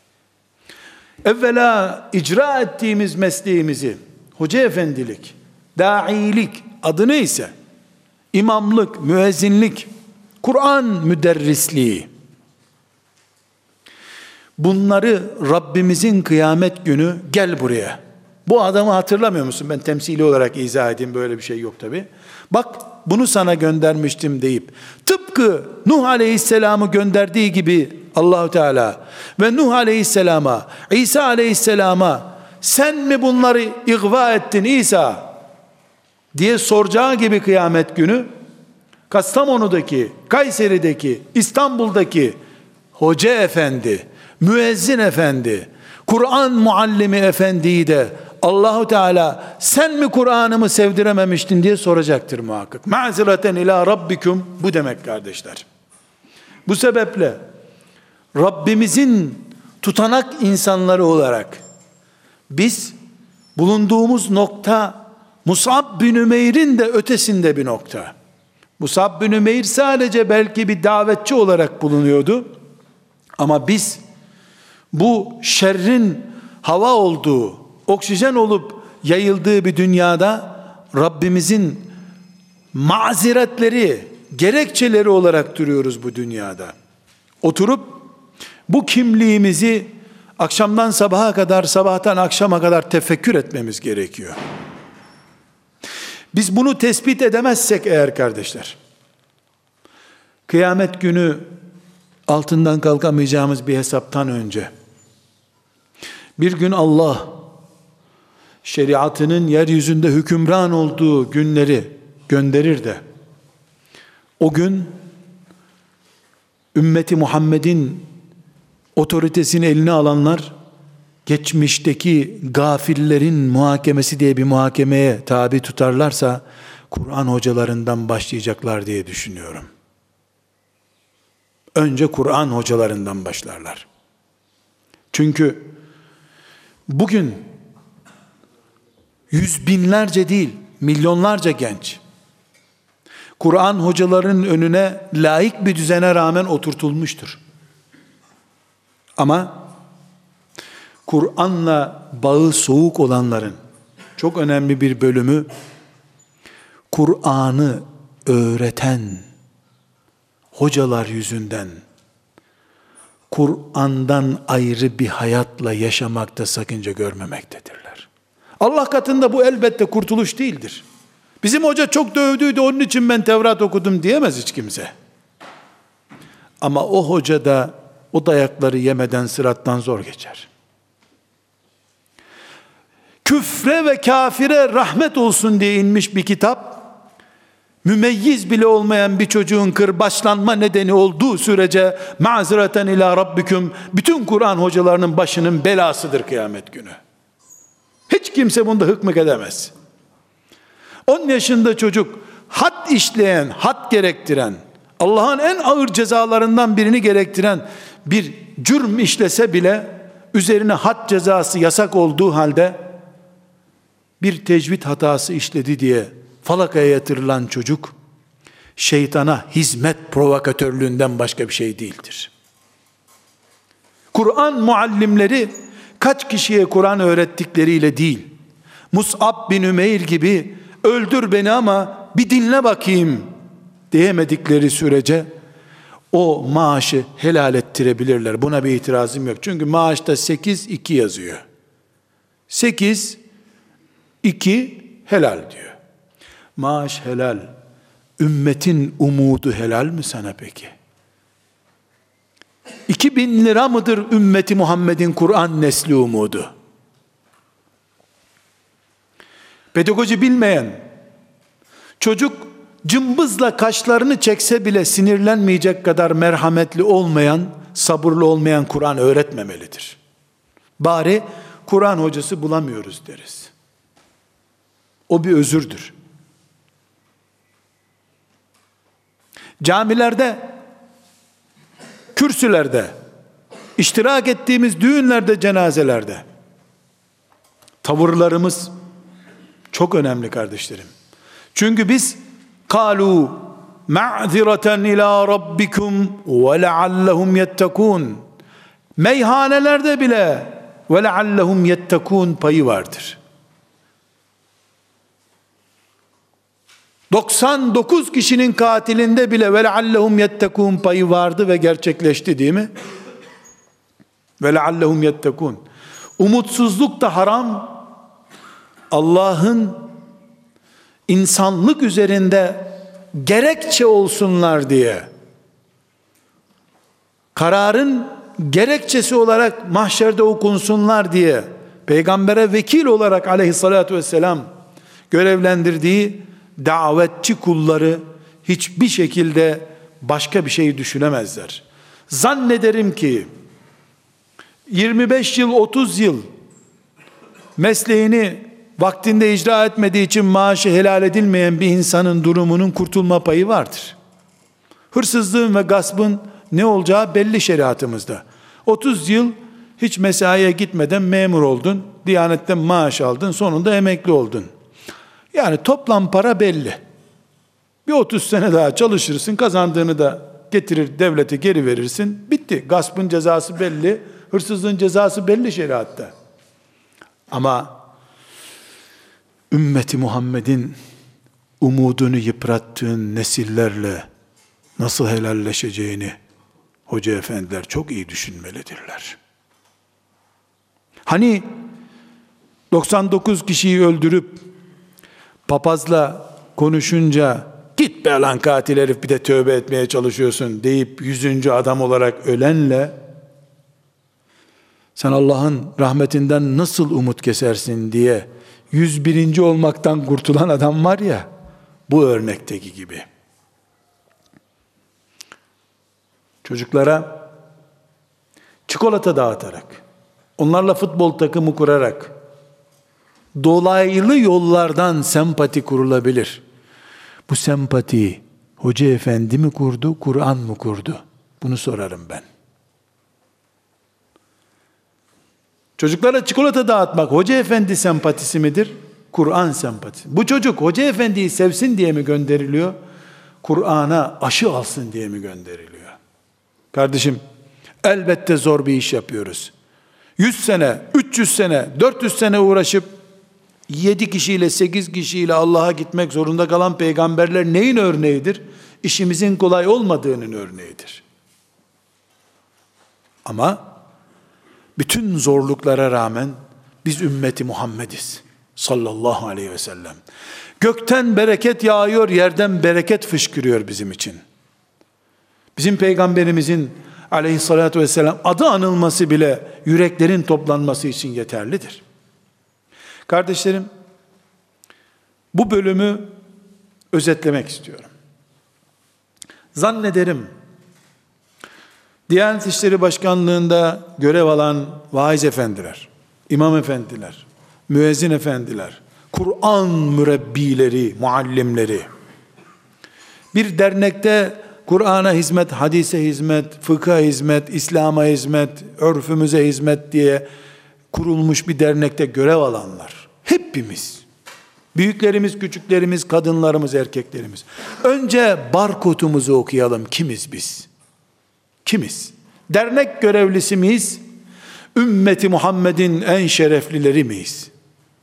Evvela icra ettiğimiz mesleğimizi, hoca efendilik, da'ilik adı neyse, imamlık, müezzinlik, Kur'an müderrisliği, bunları Rabbimizin kıyamet günü gel buraya. Bu adamı hatırlamıyor musun? Ben temsili olarak izah edeyim, böyle bir şey yok tabi. Bak bunu sana göndermiştim deyip tıpkı Nuh Aleyhisselam'ı gönderdiği gibi Allahu Teala ve Nuh Aleyhisselam'a, İsa Aleyhisselam'a sen mi bunları ihva ettin İsa diye soracağı gibi kıyamet günü Kastamonu'daki, Kayseri'deki, İstanbul'daki hoca efendi, müezzin efendi, Kur'an muallimi efendiyi de Allahu Teala sen mi Kur'an'ımı sevdirememiştin diye soracaktır muhakkak. Ma'zireten ila rabbikum bu demek kardeşler. Bu sebeple Rabbimizin tutanak insanları olarak biz bulunduğumuz nokta Mus'ab bin Ümeyr'in de ötesinde bir nokta. Mus'ab bin Ümeyr sadece belki bir davetçi olarak bulunuyordu. Ama biz bu şerrin hava olduğu, oksijen olup yayıldığı bir dünyada Rabbimizin mazeretleri, gerekçeleri olarak duruyoruz bu dünyada. Oturup bu kimliğimizi akşamdan sabaha kadar, sabahtan akşama kadar tefekkür etmemiz gerekiyor. Biz bunu tespit edemezsek eğer kardeşler, kıyamet günü altından kalkamayacağımız bir hesaptan önce, bir gün Allah, şeriatının yeryüzünde hükümran olduğu günleri gönderir de, o gün, ümmeti Muhammed'in otoritesini eline alanlar, geçmişteki gafillerin muhakemesi diye bir muhakemeye tabi tutarlarsa, Kur'an hocalarından başlayacaklar diye düşünüyorum. Önce Kur'an hocalarından başlarlar. Çünkü bugün yüz binlerce değil, milyonlarca genç, Kur'an hocalarının önüne laik bir düzene rağmen oturtulmuştur. Ama Kur'an'la bağı soğuk olanların çok önemli bir bölümü, Kur'an'ı öğreten hocalar yüzünden Kur'an'dan ayrı bir hayatla yaşamakta sakınca görmemektedirler. Allah katında bu elbette kurtuluş değildir. Bizim hoca çok dövdüydü, onun için ben Tevrat okudum diyemez hiç kimse. Ama o hoca da o dayakları yemeden sırattan zor geçer. Küfre ve kafire rahmet olsun diye inmiş bir kitap, mümeyyiz bile olmayan bir çocuğun kırbaçlanma nedeni olduğu sürece mazereten ila rabbiküm, bütün Kur'an hocalarının başının belasıdır kıyamet günü. Hiç kimse bunda hükmü edemez. 10 yaşında çocuk had işleyen, had gerektiren, Allah'ın en ağır cezalarından birini gerektiren bir cürm işlese bile üzerine had cezası yasak olduğu halde bir tecvid hatası işledi diye falakaya yatırılan çocuk şeytana hizmet provokatörlüğünden başka bir şey değildir. Kur'an muallimleri kaç kişiye Kur'an öğrettikleriyle değil, Mus'ab bin Ümeyr gibi öldür beni ama bir dinle bakayım diyemedikleri sürece o maaşı helal ettirebilirler. Buna bir itirazım yok. Çünkü maaşta 8-2 yazıyor. 8-2 helal diyor. Maaş helal. Ümmetin umudu helal mi sana peki? 2000 lira mıdır ümmeti Muhammed'in Kur'an nesli umudu? Pedagoji bilmeyen, çocuk cımbızla kaşlarını çekse bile sinirlenmeyecek kadar merhametli olmayan, sabırlı olmayan Kur'an öğretmemelidir. Bari Kur'an hocası bulamıyoruz deriz. O bir özürdür. Camilerde, kürsülerde, iştirak ettiğimiz düğünlerde, cenazelerde tavırlarımız çok önemli kardeşlerim. Çünkü biz قَالُوا مَعْذِرَةً اِلَى رَبِّكُمْ وَلَعَلَّهُمْ يَتَّقُونَ Meyhanelerde bile وَلَعَلَّهُمْ يَتَّقُونَ payı vardır. 99 kişinin katilinde bile وَلَعَلَّهُمْ يَتَّقُونَ payı vardı ve gerçekleşti değil mi? وَلَعَلَّهُمْ يَتَّقُونَ Umutsuzluk da haram. Allah'ın insanlık üzerinde gerekçe olsunlar diye, kararın gerekçesi olarak mahşerde okunsunlar diye, peygambere vekil olarak aleyhissalatü vesselam görevlendirdiği davetçi kulları hiçbir şekilde başka bir şey düşünemezler. Zannederim ki 25 yıl 30 yıl mesleğini vaktinde icra etmediği için maaşı helal edilmeyen bir insanın durumunun kurtulma payı vardır. Hırsızlığın ve gaspın ne olacağı belli şeriatımızda. 30 yıl hiç mesaiye gitmeden memur oldun, Diyanetten maaş aldın, sonunda emekli oldun. Yani toplam para belli. Bir 30 sene daha çalışırsın, kazandığını da getirir devlete geri verirsin, bitti. Gaspın cezası belli, hırsızlığın cezası belli şeriatta. Ama ümmeti Muhammed'in umudunu yıprattığın nesillerle nasıl helalleşeceğini hoca efendiler çok iyi düşünmelidirler. Hani 99 kişiyi öldürüp papazla konuşunca git be lan katil herif bir de tövbe etmeye çalışıyorsun deyip 100. adam olarak ölenle sen Allah'ın rahmetinden nasıl umut kesersin diye 101. olmaktan kurtulan adam var ya, bu örnekteki gibi. Çocuklara çikolata dağıtarak, onlarla futbol takımı kurarak, dolaylı yollardan sempati kurulabilir. Bu sempatiyi Hoca Efendi mi kurdu, Kur'an mı kurdu? Bunu sorarım ben. Çocuklara çikolata dağıtmak Hoca Efendi sempatisi midir? Kur'an sempatisi. Bu çocuk Hoca Efendi'yi sevsin diye mi gönderiliyor? Kur'an'a aşı alsın diye mi gönderiliyor? Kardeşim, elbette zor bir iş yapıyoruz. 100 sene, 300 sene, 400 sene uğraşıp 7 kişiyle 8 kişiyle Allah'a gitmek zorunda kalan peygamberler neyin örneğidir? İşimizin kolay olmadığının örneğidir. Ama bütün zorluklara rağmen biz ümmeti Muhammediz sallallahu aleyhi ve sellem. Gökten bereket yağıyor, yerden bereket fışkırıyor bizim için. Bizim peygamberimizin aleyhissalatü vesselam adı anılması bile yüreklerin toplanması için yeterlidir. Kardeşlerim, bu bölümü özetlemek istiyorum. Zannederim Diyanet İşleri Başkanlığı'nda görev alan vaiz efendiler, imam efendiler, müezzin efendiler, Kur'an mürebbileri, muallimleri, bir dernekte Kur'an'a hizmet, hadise hizmet, fıkha hizmet, İslam'a hizmet, örfümüze hizmet diye kurulmuş bir dernekte görev alanlar, hepimiz, büyüklerimiz, küçüklerimiz, kadınlarımız, erkeklerimiz, önce barkodumuzu okuyalım. Kimiz biz? Kimiz? Dernek görevlisi miyiz? Ümmeti Muhammed'in en şereflileri miyiz?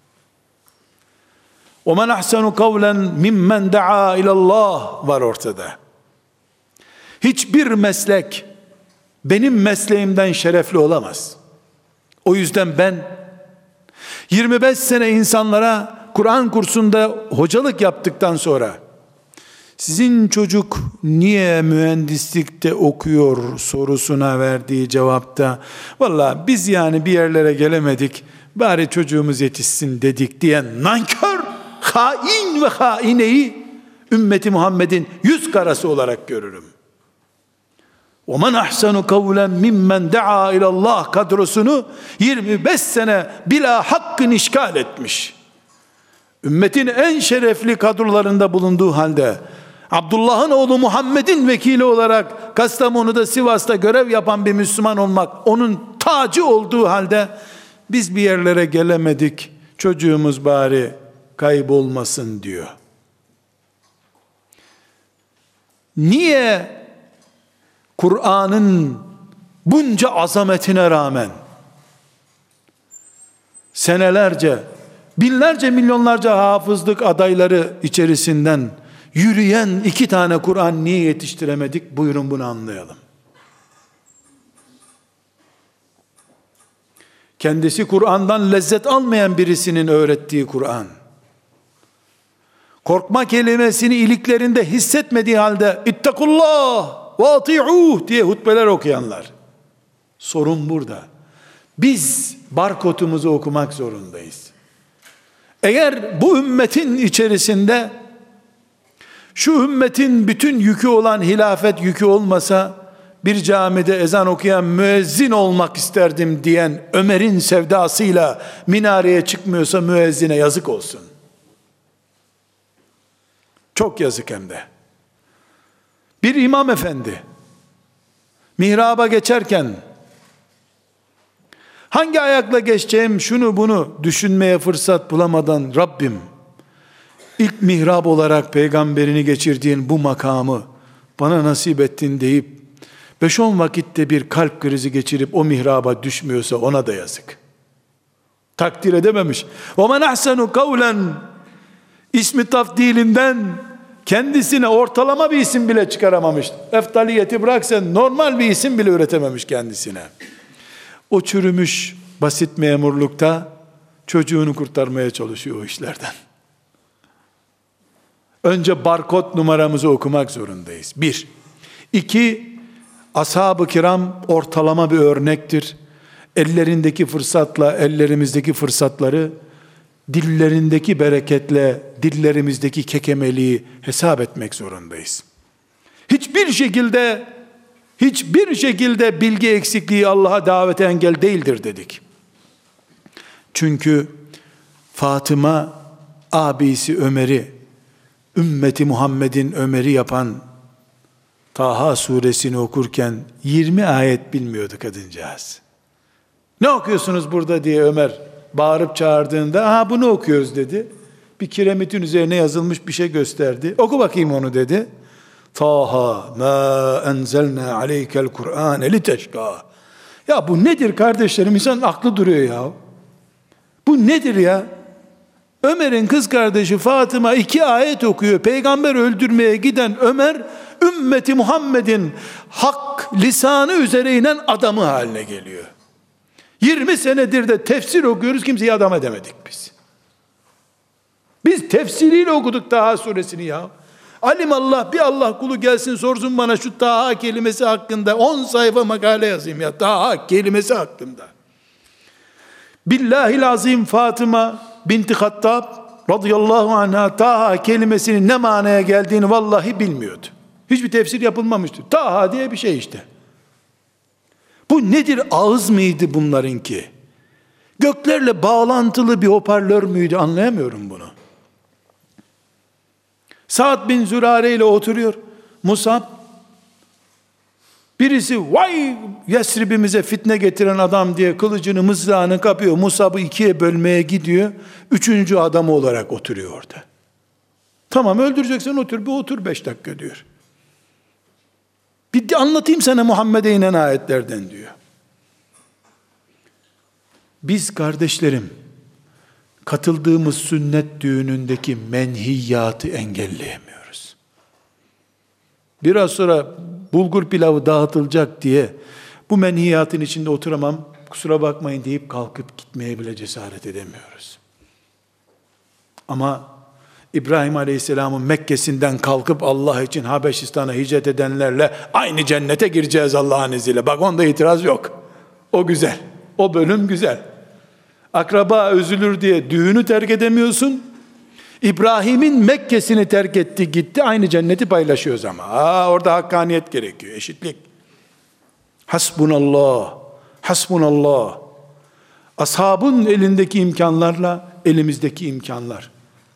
وَمَنْ أَحْسَنُ قَوْلًا مِمَّنْ دَعَا اِلَى اللّٰهِ var ortada. Hiçbir meslek benim mesleğimden şerefli olamaz. O yüzden ben 25 sene insanlara Kur'an kursunda hocalık yaptıktan sonra sizin çocuk niye mühendislikte okuyor sorusuna verdiği cevapta vallahi biz yani bir yerlere gelemedik, bari çocuğumuz yetişsin dedik diyen nankör, hain ve haineyi ümmeti Muhammed'in yüz karası olarak görürüm. وَمَنْ أَحْسَنُ قَوْلًا مِمَّنْ دَعَا اِلَى اللّٰهِ kadrosunu 25 sene bila hakkın işgal etmiş. Ümmetin en şerefli kadrolarında bulunduğu halde Abdullah'ın oğlu Muhammed'in vekili olarak Kastamonu'da, Sivas'ta görev yapan bir Müslüman olmak onun tacı olduğu halde biz bir yerlere gelemedik, çocuğumuz bari kaybolmasın diyor. Niye Kur'an'ın bunca azametine rağmen senelerce, binlerce, milyonlarca hafızlık adayları içerisinden yürüyen 2 tane Kur'an niye yetiştiremedik? Buyurun bunu anlayalım. Kendisi Kur'an'dan lezzet almayan birisinin öğrettiği Kur'an. Korkma kelimesini iliklerinde hissetmediği halde ittakullah ve ati'uh diye hutbeler okuyanlar. Sorun burada. Biz barkodumuzu okumak zorundayız. Eğer bu ümmetin içerisinde şu ümmetin bütün yükü olan hilafet yükü olmasa bir camide ezan okuyan müezzin olmak isterdim diyen Ömer'in sevdasıyla minareye çıkmıyorsa müezzine yazık olsun. Çok yazık hem de. Bir imam efendi mihraba geçerken hangi ayakla geçeceğim şunu bunu düşünmeye fırsat bulamadan Rabbim ilk mihrab olarak peygamberini geçirdiğin bu makamı bana nasip ettin deyip 5-10 vakitte bir kalp krizi geçirip o mihraba düşmüyorsa ona da yazık. Takdir edememiş. وَمَنْ أَحْسَنُ قَوْلًا ismi tafdilinden kendisine ortalama bir isim bile çıkaramamış. Eftaliyeti bırak sen, normal bir isim bile üretememiş kendisine. O çürümüş basit memurlukta çocuğunu kurtarmaya çalışıyor o işlerden. Önce barkod numaramızı okumak zorundayız. 1. 2. Ashab-ı kiram ortalama bir örnektir. Ellerindeki fırsatla ellerimizdeki fırsatları, dillerindeki bereketle dillerimizdeki kekemeliği hesap etmek zorundayız. Hiçbir şekilde bilgi eksikliği Allah'a davete engel değildir dedik. Çünkü Fatıma abisi Ömer'i, ümmeti Muhammed'in Ömer'i yapan Taha suresini okurken 20 ayet bilmiyordu kadıncağız. Ne okuyorsunuz burada diye Ömer bağırıp çağırdığında, bunu okuyoruz dedi. Bir kiremitin üzerine yazılmış bir şey gösterdi. Oku bakayım onu dedi. Taha ma enzelna aleykel Kur'ane liteşka. Ya bu nedir kardeşlerim? İnsanın aklı duruyor ya. Bu nedir ya? Ömer'in kız kardeşi Fatıma 2 ayet okuyor. Peygamber öldürmeye giden Ömer, ümmeti Muhammed'in hak lisanı üzere inen adamı haline geliyor. 20 senedir de tefsir okuyoruz, kimseyi adam edemedik biz. Biz tefsiriyle okuduk Taha suresini ya. Alimallah bir Allah kulu gelsin sorsun bana şu Taha kelimesi hakkında 10 sayfa makale yazayım ya. Taha kelimesi hakkında. Billahil azim Fatıma binti Hattab radıyallahu anha Taha kelimesinin ne manaya geldiğini vallahi bilmiyordu. Hiçbir tefsir yapılmamıştı. Taha diye bir şey işte. Bu nedir? Ağız mıydı bunlarınki? Göklerle bağlantılı bir hoparlör müydü? Anlayamıyorum bunu. Sa'd bin Zürare ile oturuyor Musab. Birisi vay Yesrib'imize fitne getiren adam diye kılıcını mızrağını kapıyor. Musab'ı 2'ye bölmeye gidiyor. 3. adamı olarak oturuyor orada. Tamam öldüreceksen otur. Bir otur 5 dakika diyor. Bir anlatayım sana Muhammed'e inen ayetlerden diyor. Biz kardeşlerim katıldığımız sünnet düğünündeki menhiyatı engelleyemiyoruz. Biraz sonra bulgur pilavı dağıtılacak diye bu menhiyatın içinde oturamam, kusura bakmayın deyip kalkıp gitmeye bile cesaret edemiyoruz. Ama İbrahim Aleyhisselam'ın Mekke'sinden kalkıp Allah için Habeşistan'a hicret edenlerle aynı cennete gireceğiz Allah'ın izniyle. Bak onda itiraz yok. O güzel. O bölüm güzel. Akraba üzülür diye düğünü terk edemiyorsun. İbrahim'in Mekke'sini terk etti gitti, aynı cenneti paylaşıyoruz ama. Orada hakkaniyet gerekiyor, eşitlik. Hasbunallah, hasbunallah. Ashabın elindeki imkanlarla elimizdeki imkanlar.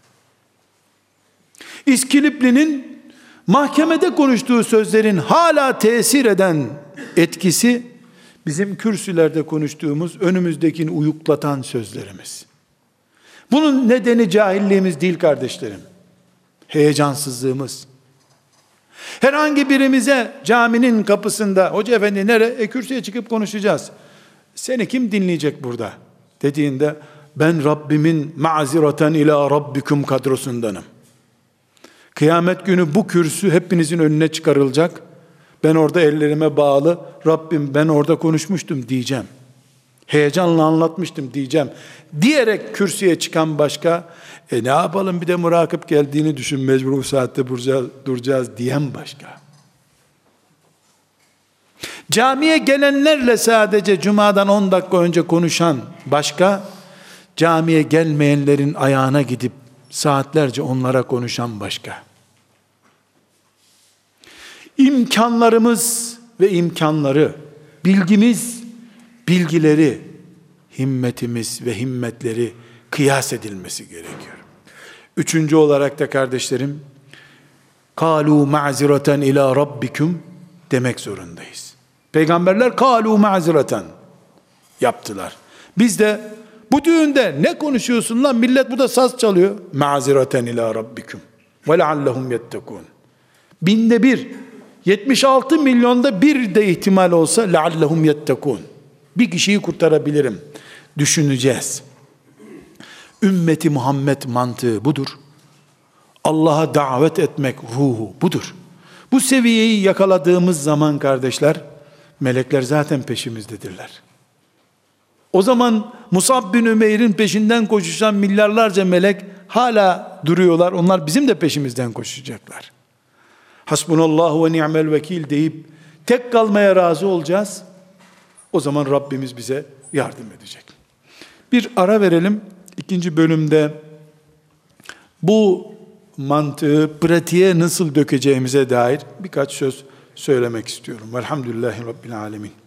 İskilipli'nin mahkemede konuştuğu sözlerin hala tesir eden etkisi, bizim kürsülerde konuştuğumuz, önümüzdekini uyuklatan sözlerimiz. Bunun nedeni cahilliğimiz değil kardeşlerim. Heyecansızlığımız. Herhangi birimize caminin kapısında, hoca efendi nereye? Kürsüye çıkıp konuşacağız. Seni kim dinleyecek burada? Dediğinde, ben Rabbimin ma'zireten ila rabbikum kadrosundanım. Kıyamet günü bu kürsü hepinizin önüne çıkarılacak. Ben orada ellerime bağlı, Rabbim ben orada konuşmuştum diyeceğim. Heyecanla anlatmıştım diyeceğim. Diyerek kürsüye çıkan başka, ne yapalım bir de murakip geldiğini düşün, mecbur bu saatte duracağız diyen başka. Camiye gelenlerle sadece cumadan 10 dakika önce konuşan başka, camiye gelmeyenlerin ayağına gidip saatlerce onlara konuşan başka. İmkanlarımız ve imkanları, bilgimiz, bilgileri, himmetimiz ve himmetleri kıyas edilmesi gerekiyor. 3. olarak da kardeşlerim, "Kâlû ma'zireten ilâ rabbikum" demek zorundayız. Peygamberler "Kâlû ma'zireten" yaptılar. Biz de bu düğünde ne konuşuyorsun lan? Millet burada saz çalıyor. "Ma'zireten ilâ rabbikum ve leallehum yettekûn." Binde bir, 76 milyonda bir de ihtimal olsa leallehum yettekûn. Bir kişiyi kurtarabilirim. Düşüneceğiz. Ümmeti Muhammed mantığı budur. Allah'a davet etmek ruhu budur. Bu seviyeyi yakaladığımız zaman kardeşler, melekler zaten peşimizdedirler. O zaman Musab bin Ümeyr'in peşinden koşuşan milyarlarca melek hala duruyorlar. Onlar bizim de peşimizden koşacaklar. Hasbunallahu ve ni'mel vekil deyip tek kalmaya razı olacağız. O zaman Rabbimiz bize yardım edecek. Bir ara verelim. İkinci bölümde bu mantığı pratiğe nasıl dökeceğimize dair birkaç söz söylemek istiyorum. Velhamdülillahi Rabbil alemin.